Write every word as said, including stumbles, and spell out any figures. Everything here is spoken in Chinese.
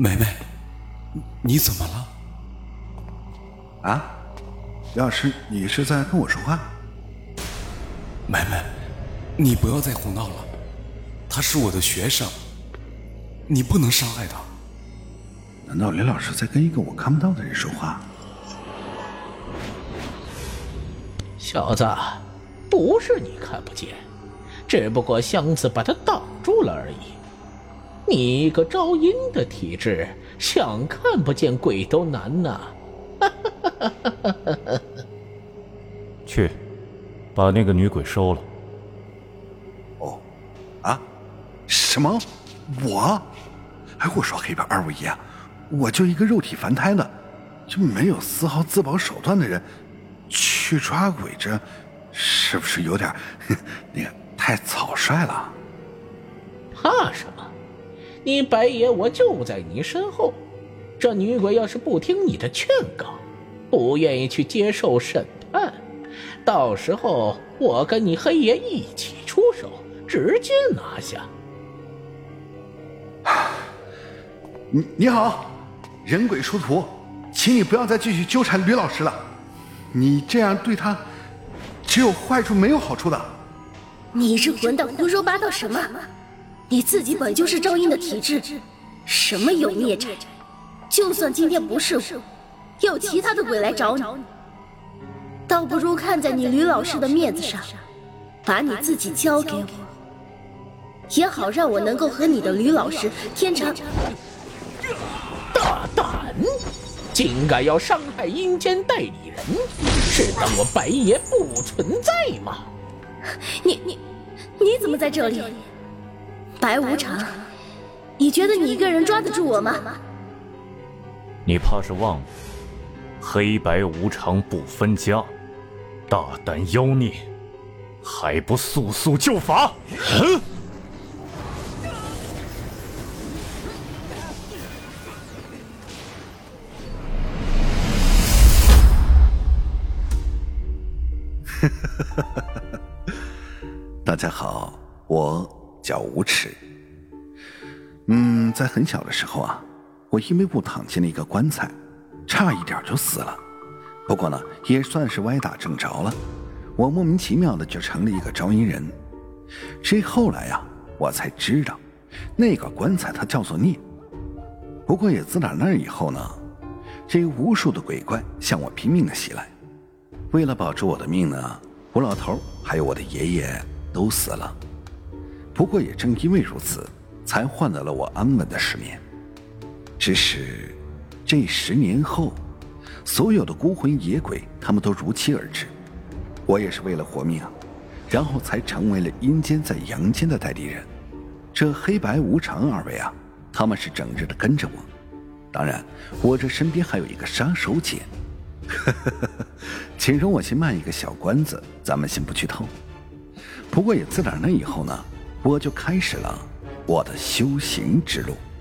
梅梅，你怎么了？ 啊，李老师，你是在跟我说话？ 梅梅，你不要再胡闹了，他是我的学生，你不能伤害他。 难道李老师在跟一个我看不到的人说话？ 小子，不是你看不见，只不过箱子把它挡住了而已。你一个招阴的体质，想看不见鬼都难呐！ 去，把那个女鬼收了。 哦，啊，什么？我？哎，我说黑白二位爷，我就一个肉体凡胎的，就没有丝毫自保手段的人，去抓鬼，这是不是有点那个太草率了？ 怕什么？你白爷我就在你身后，这女鬼要是不听你的劝告，不愿意去接受审判，到时候我跟你黑爷一起出手，直接拿下。 你你好，人鬼殊途，请你不要再继续纠缠吕老师了，你这样对他只有坏处没有好处的。 你这混蛋胡说八道什么？你自己本就是招阴的体质，什么有孽债？就算今天不是我，有其他的鬼来找你，倒不如看在你吕老师的面子上，把你自己交给我，也好让我能够和你的吕老师天长。 大胆，竟敢要伤害阴间代理人，是当我白爷不存在吗？ 你你你怎么在这里？白无常，你觉得你一个人抓得住我吗？ 你怕是忘了，黑白无常不分家，大胆妖孽，还不速速就罚！哼！ 大家好，我叫无耻。嗯，在很小的时候啊，我因为误躺进了一个棺材，差一点就死了。不过呢，也算是歪打正着了，我莫名其妙的就成了一个招阴人。这后来呀、啊，我才知道，那个棺材它叫做孽。不过也自打那以后呢，这无数的鬼怪向我拼命的袭来。为了保住我的命呢，我老头还有我的爷爷都死了。不过也正因为如此，才换得了我安稳的十年。只是这十年后，所有的孤魂野鬼他们都如期而至。我也是为了活命啊，然后才成为了阴间在阳间的代理人。这黑白无常二位啊，他们是整日的跟着我。当然我这身边还有一个杀手锏，请容我先卖一个小关子，咱们先不剧透。不过也自打那以后呢，我就开始了我的修行之路。